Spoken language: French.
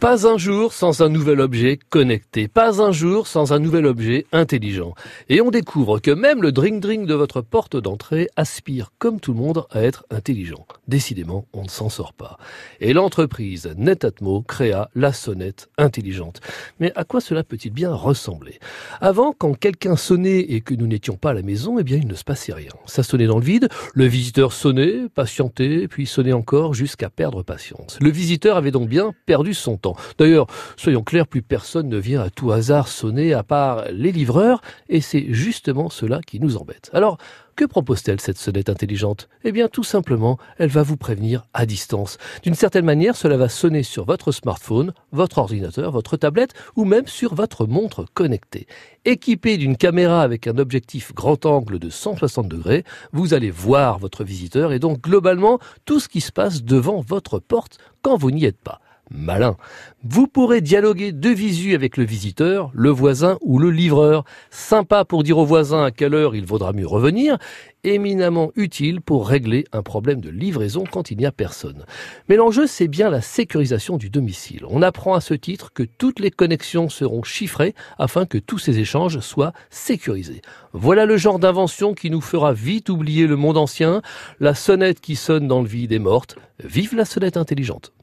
Pas un jour sans un nouvel objet connecté, pas un jour sans un nouvel objet intelligent. Et on découvre que même le dring-dring de votre porte d'entrée aspire, comme tout le monde, à être intelligent. Décidément, on ne s'en sort pas. Et l'entreprise Netatmo créa la sonnette intelligente. Mais à quoi cela peut-il bien ressembler ? Avant, quand quelqu'un sonnait et que nous n'étions pas à la maison, eh bien, il ne se passait rien. Ça sonnait dans le vide, le visiteur sonnait, patientait, puis sonnait encore jusqu'à perdre patience. Le visiteur avait donc bien perdu son temps. D'ailleurs, soyons clairs, plus personne ne vient à tout hasard sonner à part les livreurs, et c'est justement cela qui nous embête. Alors, que propose-t-elle cette sonnette intelligente ? Eh bien, tout simplement, elle va vous prévenir à distance. D'une certaine manière, cela va sonner sur votre smartphone, votre ordinateur, votre tablette ou même sur votre montre connectée. Équipée d'une caméra avec un objectif grand angle de 160 degrés, vous allez voir votre visiteur et donc globalement tout ce qui se passe devant votre porte quand vous n'y êtes pas. Malin. Vous pourrez dialoguer de visu avec le visiteur, le voisin ou le livreur. Sympa pour dire au voisin à quelle heure il vaudra mieux revenir. Éminemment utile pour régler un problème de livraison quand il n'y a personne. Mais l'enjeu, c'est bien la sécurisation du domicile. On apprend à ce titre que toutes les connexions seront chiffrées afin que tous ces échanges soient sécurisés. Voilà le genre d'invention qui nous fera vite oublier le monde ancien. La sonnette qui sonne dans le vide est morte. Vive la sonnette intelligente.